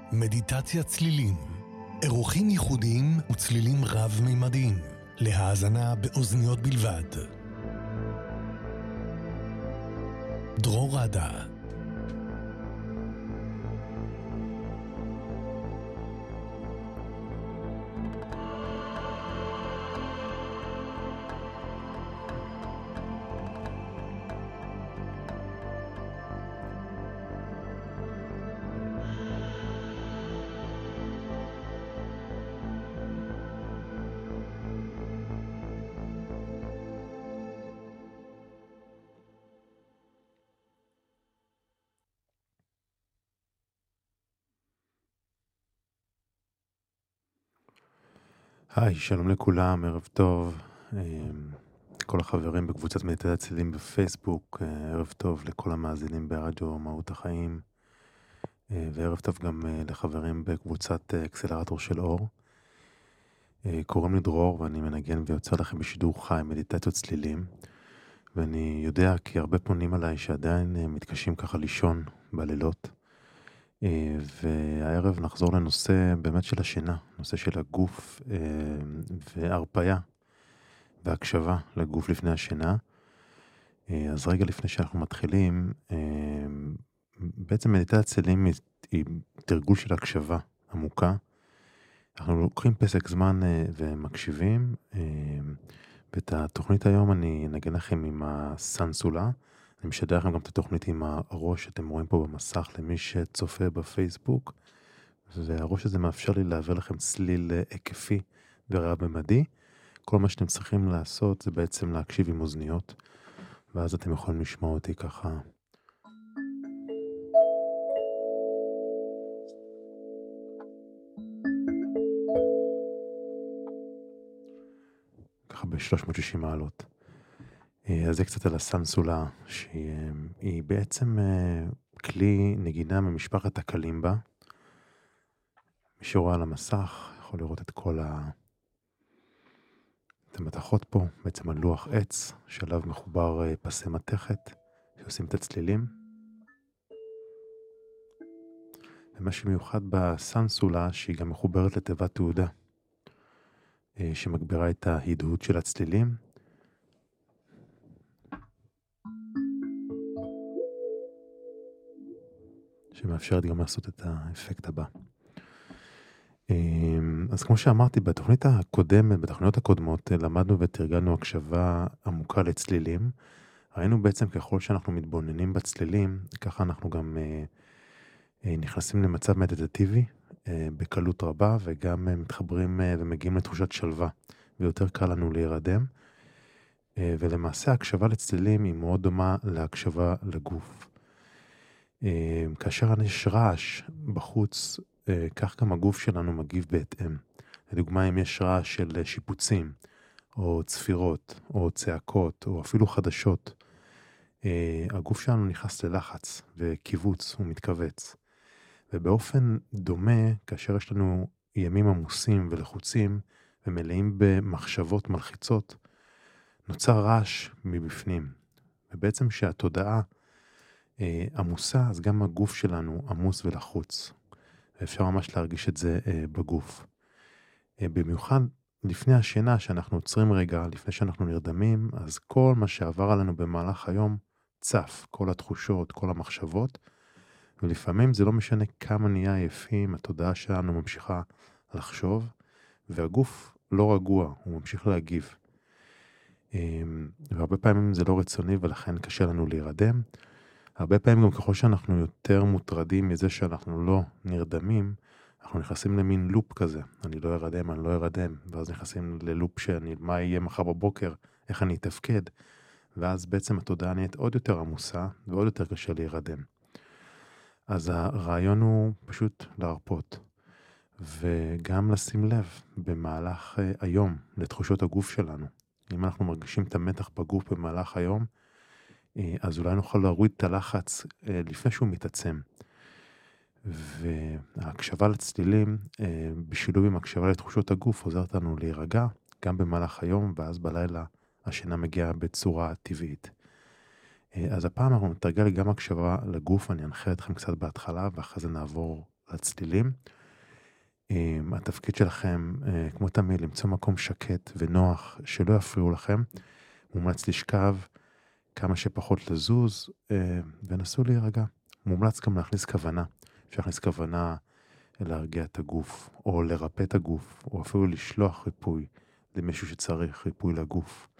מדיטציה צלילים, אירוחים ייחודיים וצלילים רב-ממדיים, להאזנה באוזניות בלבד. דרור רדה. היי, שלום לכולם, ערב טוב. כל החברים בקבוצת מדיטציה צלילים בפייסבוק, ערב טוב לכל המאזינים ברדיו מהות החיים, וערב טוב גם לחברים בקבוצת אקסלרטור של אור. קוראים לי דרור ואני מנגן ויוצר לכם בשידור חי מדיטציות צלילים, ואני יודע כי הרבה פונים עליי שעדיין מתקשים ככה לישון בלילות, והערב נחזור לנושא באמת של השינה, נושא של הגוף והרפיה והקשבה לגוף לפני השינה. אז רגע לפני שאנחנו מתחילים, בעצם מדיטציה צלילים היא תרגול של הקשבה עמוקה. אנחנו לוקחים פסק זמן ומקשיבים, ואת התוכנית היום אני אנגן לכם עם הסנסולה. אני משדר לכם גם את התוכנית עם הראש שאתם רואים פה במסך למי שצופה בפייסבוק, והראש הזה מאפשר לי להעביר לכם צליל היקפי ורב-ממדי. כל מה שאתם צריכים לעשות זה בעצם להקשיב עם אוזניות, ואז אתם יכולים לשמוע אותי ככה. ככה ב-360 מעלות. אז זה קצת על הסנסולה, שהיא בעצם כלי נגינה ממשפחת הקלימבה. מי שרואה על המסך יכול לראות את כל את המתכות פה, בעצם על לוח עץ, שעליו מחובר פסי מתכת, שעושים את הצלילים. ומה שמיוחד בסנסולה, שהיא גם מחוברת לתיבת תעודה, שמגבירה את ההדהוד של הצלילים. שמאפשרת גם לעשות את האפקט הבא. אז כמו שאמרתי, בתוכניות הקודמות למדנו ותרגלנו הקשבה עמוקה לצלילים. ראינו בעצם ככל שאנחנו מתבוננים בצלילים, ככה אנחנו גם נכנסים למצב מדיטטיבי בקלות רבה, וגם מתחברים ומגיעים לתחושת שלווה, ויותר קל לנו להירדם. ולמעשה ההקשבה לצלילים היא מאוד דומה להקשבה לגוף. כאשר יש רעש בחוץ, כך גם הגוף שלנו מגיב בהתאם. לדוגמה, אם יש רעש של שיפוצים, או צפירות, או צעקות, או אפילו חדשות, הגוף שלנו נכנס ללחץ וקיבוץ, הוא מתכווץ. ובאופן דומה, כאשר יש לנו ימים עמוסים ולחוצים, ומלאים במחשבות מלחיצות, נוצר רעש מבפנים. ובעצם שהתודעה עמוסה, אז גם הגוף שלנו עמוס ולחוץ. ואפשר ממש להרגיש את זה בגוף. במיוחד לפני השינה, שאנחנו עוצרים רגע, לפני שאנחנו נרדמים, אז כל מה שעבר עלינו במהלך היום צף, כל התחושות, כל המחשבות, ולפעמים זה לא משנה כמה נהיה עייפים, התודעה שלנו ממשיכה לחשוב, והגוף לא רגוע, הוא ממשיך להגיב. והרבה פעמים זה לא רצוני, ולכן קשה לנו להירדם. הרבה פעמים גם ככל שאנחנו יותר מוטרדים מזה שאנחנו לא נרדמים, אנחנו נכנסים למין לופ כזה, אני לא ארדם, ואז נכנסים ללופ מה יהיה מחר בבוקר, איך אני אתפקד, ואז בעצם התודעה נהיית עוד יותר עמוסה, ועוד יותר קשה להירדם. אז הרעיון הוא פשוט להרפות, וגם לשים לב במהלך היום לתחושות הגוף שלנו. אם אנחנו מרגישים את המתח בגוף במהלך היום, אז אולי נוכל להוריד את הלחץ לפני שהוא מתעצם. וההקשבה לצלילים, בשילוב עם הקשבה לתחושות הגוף, עוזרת לנו להירגע גם במהלך היום, ואז בלילה השינה מגיעה בצורה טבעית. אז הפעם אנחנו נתרגל גם הקשבה לגוף, אני אנחה אתכם קצת בהתחלה, ואחרי זה נעבור לצלילים. התפקיד שלכם, כמו תמיד, למצוא מקום שקט ונוח, שלא יפריעו לכם. מומלץ לשכב, כמה שפחות לזוז, ונסו להירגע. מומלץ גם להכניס כוונה. אפשר להכניס כוונה להרגיע את הגוף, או לרפא את הגוף, או אפילו לשלוח ריפוי למישהו שצריך ריפוי לגוף.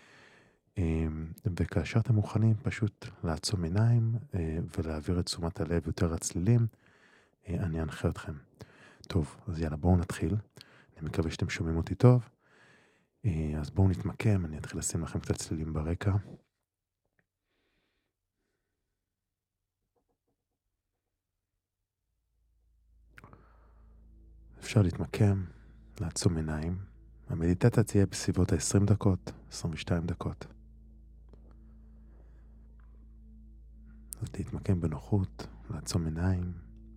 וכאשר אתם מוכנים, פשוט לעצום עיניים ולהעביר את תשומת הלב יותר לצלילים, אני אנחה אתכם. טוב, אז יאללה, בואו נתחיל. אני מקווה שאתם שומעים אותי טוב. אז בואו נתמקם, אני אתחיל לשים לכם קצת צלילים ברקע. אפשר להתמקם, לעצום עיניים. המדיטציה תהיה בסביבות 20 דקות, 22 דקות. אז להתמקם בנוחות, לעצום עיניים.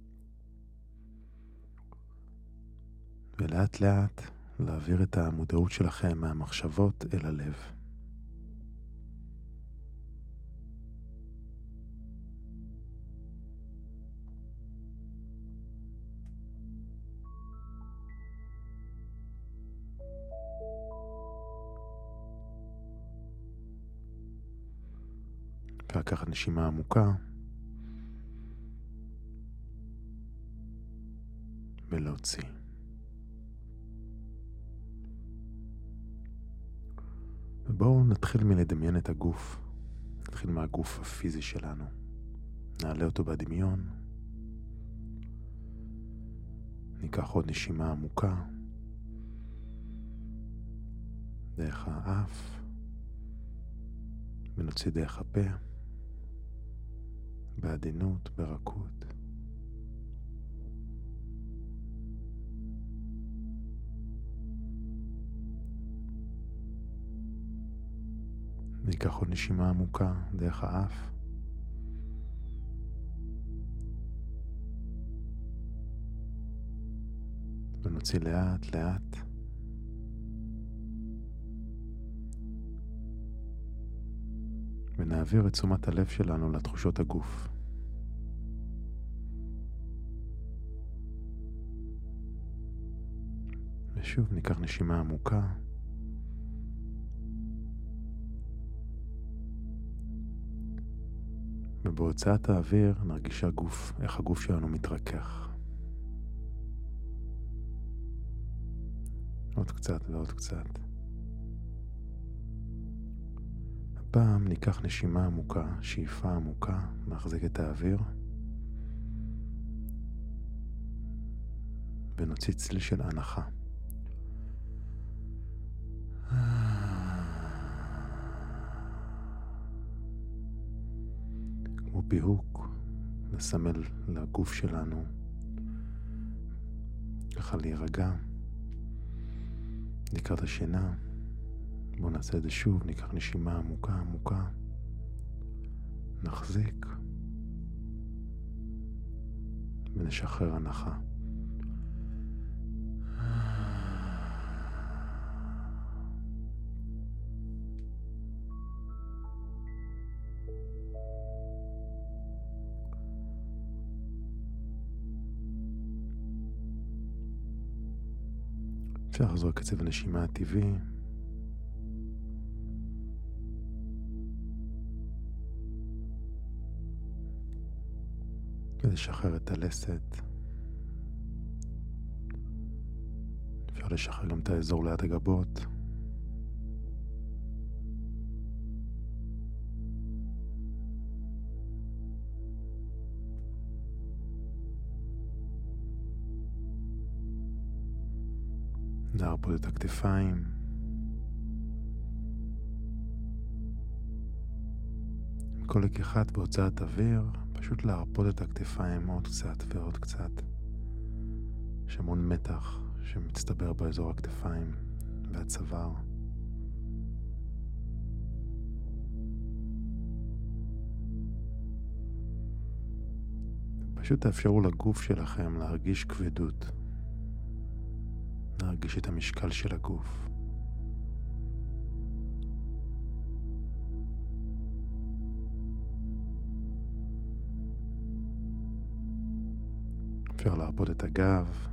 ולאט לאט להעביר את המודעות שלכם מהמחשבות אל הלב. אפשר לקחת נשימה עמוקה ולהוציא. ובואו נתחיל מלדמיין את הגוף. נתחיל מהגוף הפיזי שלנו. נעלה אותו בדמיון. ניקח עוד נשימה עמוקה. דרך האף. ונוציא דרך הפה. בעדינות, ברכות. ניקח עוד נשימה עמוקה דרך האף. ונוציא לאט לאט. ונעביר את תשומת הלב שלנו לתחושות הגוף. ושוב ניקח נשימה עמוקה. ובהוצאת האוויר נרגיש איך הגוף שלנו מתרכך. עוד קצת ועוד קצת. הפעם ניקח נשימה עמוקה, שאיפה עמוקה, נחזיק את האוויר. ונוציא צליל של הנחה. כמו פיהוק, נסמל לגוף שלנו, ככה להירגע, לקראת השינה. בואו נעשה את זה שוב, ניקח נשימה עמוקה עמוקה, נחזיק, ונשחרר הנחה. אפשר לחזור לקצב הנשימה הטבעי. ולשחרר את הלסת. אפשר לשחרר גם את האזור ליד הגבות. להרפות את הכתפיים. כל לקיחת בהוצאת אוויר, פשוט להרפות את הכתפיים עוד קצת ועוד קצת. יש המון מתח שמצטבר באזור הכתפיים והצוואר. פשוט תאפשרו לגוף שלכם להרגיש כבדות. להרגיש את המשקל של הגוף. אפשר להרפות את הגב,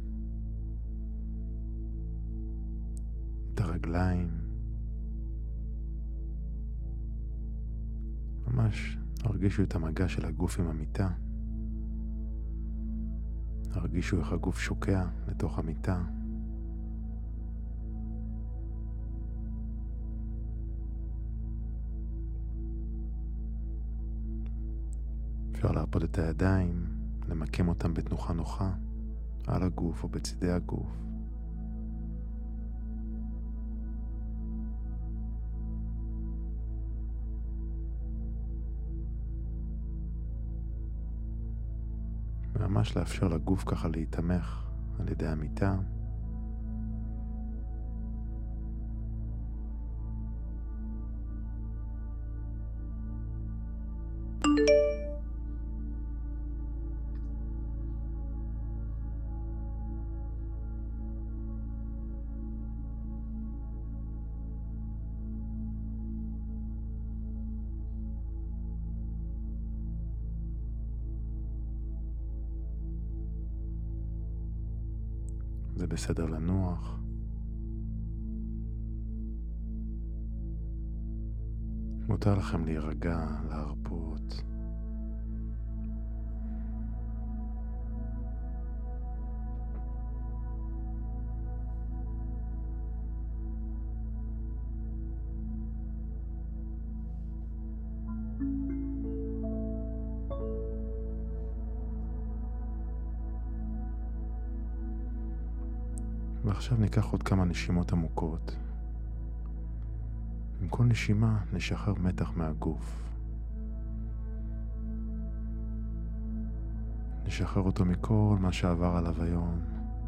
את הרגליים, ממש הרגישו את המגע של הגוף עם המיטה, הרגישו איך הגוף שוקע לתוך המיטה. אפשר להרפות את הידיים, למקם אותם בתנוחה נוחה על הגוף או בצדי הגוף. ממש לאפשר לגוף ככה להתמך על ידי המיטה. זה בסדר לנוח. מותר לכם להירגע, להרפות. ועכשיו ניקח עוד כמה נשימות עמוקות. עם כל נשימה נשחרר מתח מהגוף. נשחרר אותו מכל מה שעבר עליו היום.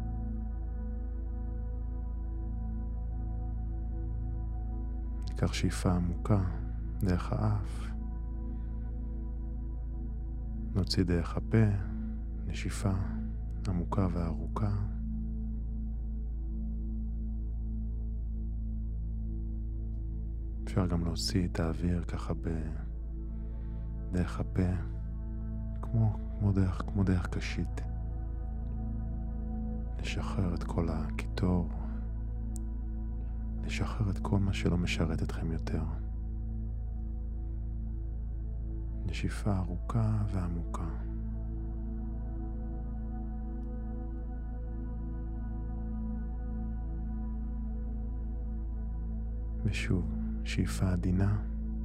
ניקח שאיפה עמוקה דרך האף. נוציא דרך הפה, נשיפה עמוקה וארוכה. אפשר גם להוציא את האוויר ככה דרך הפה, כמו דרך קשית. לשחרר את כל הקיטור, לשחרר את כל מה שלא משרת אתכם יותר. נשיפה ארוכה ועמוקה. ושוב, שאיפה עדינה.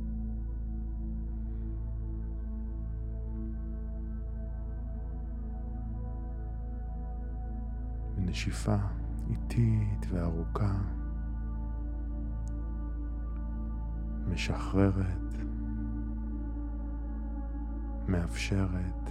ונשיפה איטית וארוכה. משחררת. מאפשרת.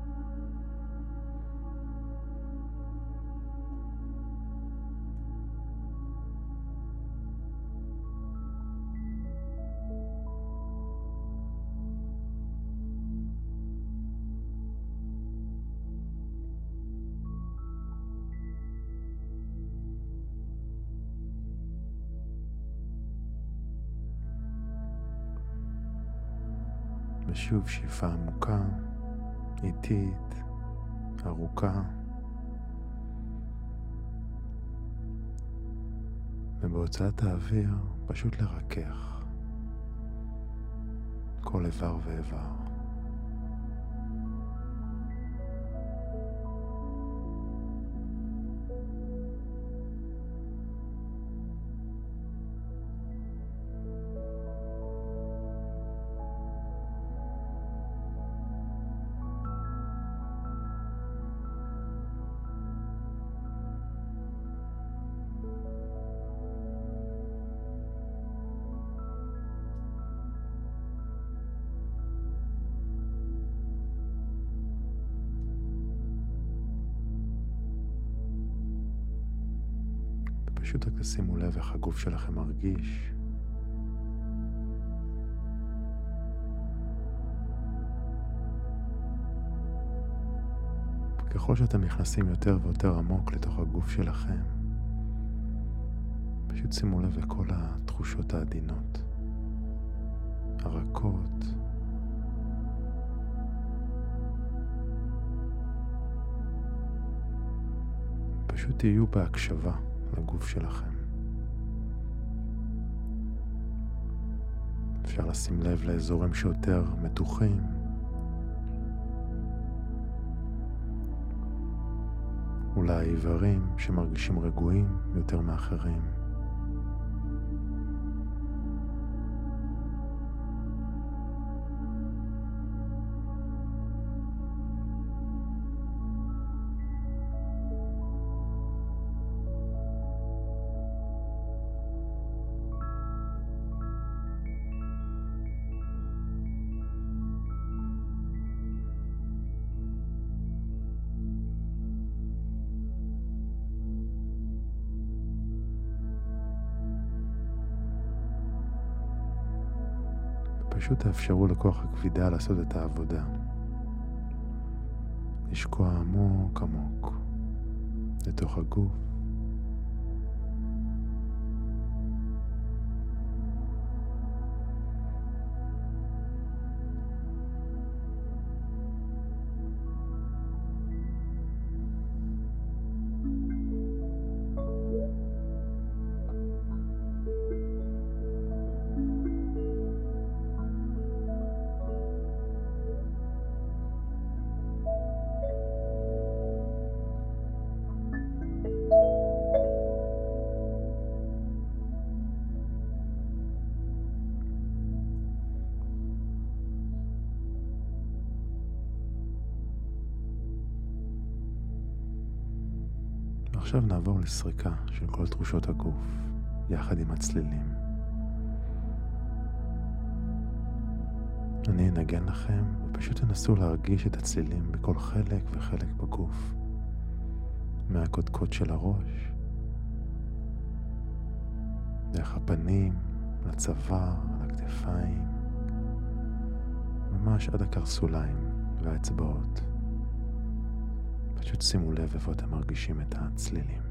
ושוב שאיפה עמוקה, איטית, ארוכה. ובהוצאת האוויר פשוט לרכך כל איבר ואיבר. פשוט רק תשימו לב איך הגוף שלכם מרגיש. ככל שאתם נכנסים יותר ויותר עמוק לתוך הגוף שלכם, פשוט שימו לב לכל התחושות העדינות, הרכות, פשוט תהיו בהקשבה לגוף שלכם. אפשר לשים לב לאזורים שיותר מתוחים, אולי איברים שמרגישים רגועים יותר מאחרים. פשוט תאפשרו לכוח הכבידה לעשות את העבודה. לשקוע עמוק עמוק לתוך הגוף. עכשיו נעבור לסריקה של כל תחושות הגוף, יחד עם הצלילים. אני אנגן לכם, ופשוט תנסו להרגיש את הצלילים בכל חלק וחלק בגוף. מהקודקוד של הראש, דרך הפנים, לצוואר, לכתפיים, ממש עד הקרסוליים והאצבעות. פשוט שימו לב איפה אתם מרגישים את הצלילים.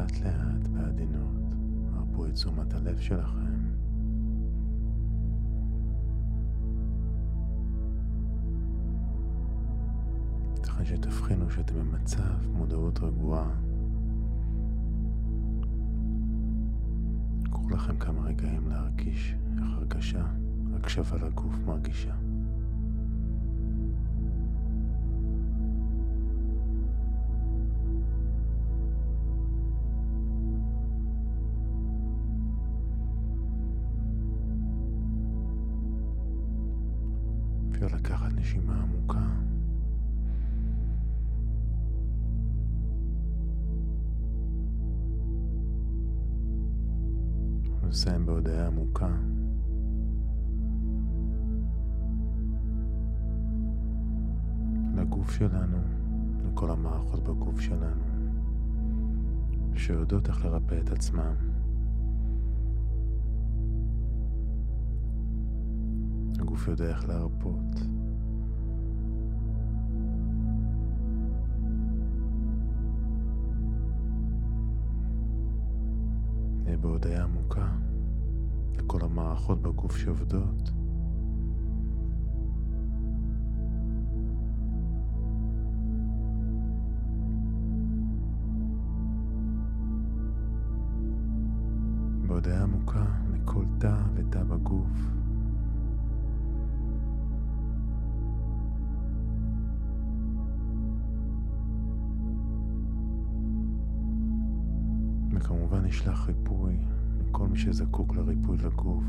לאט לאט בעדינות הרפו את תשומת הלב שלכם. אחרי שתבחינו שאתם במצב מודעות רגועה, קחו לכם כמה רגעים להרגיש איך הקשבה לגוף מרגישה. אפשר לקחת נשימה עמוקה. נסיים בהודעה עמוקה. לגוף שלנו, לכל המערכות בגוף שלנו, שיודעות איך לרפא את עצמם. הגוף יודע איך להרפות. נהיה בהודעה עמוקה לכל המערכות בגוף שעובדות. בהודעה עמוקה לכל תא ותא בגוף. וכמובן נשלח ריפוי לכל מי שזקוק לריפוי לגוף.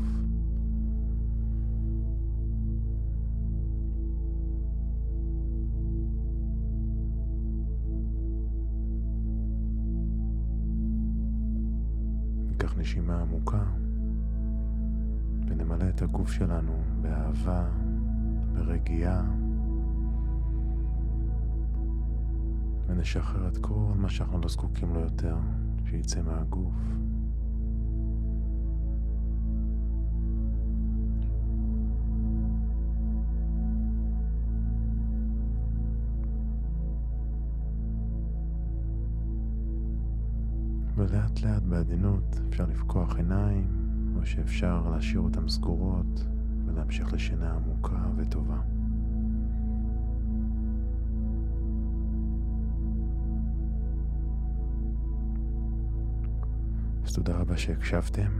ניקח נשימה עמוקה ונמלא את הגוף שלנו באהבה, ברגיעה, ונשחרר את כל מה שאנחנו לא זקוקים לו יותר שיצא מהגוף. ולאט לאט בעדינות אפשר לפקוח עיניים, או שאפשר להשאיר אותם סגורות ולהמשיך לשינה עמוקה וטובה. אז תודה רבה שהקשבתם,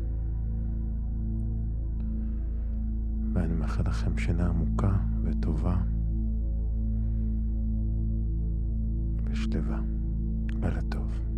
ואני מאחל לכם שינה עמוקה וטובה ושלווה. לילה טוב.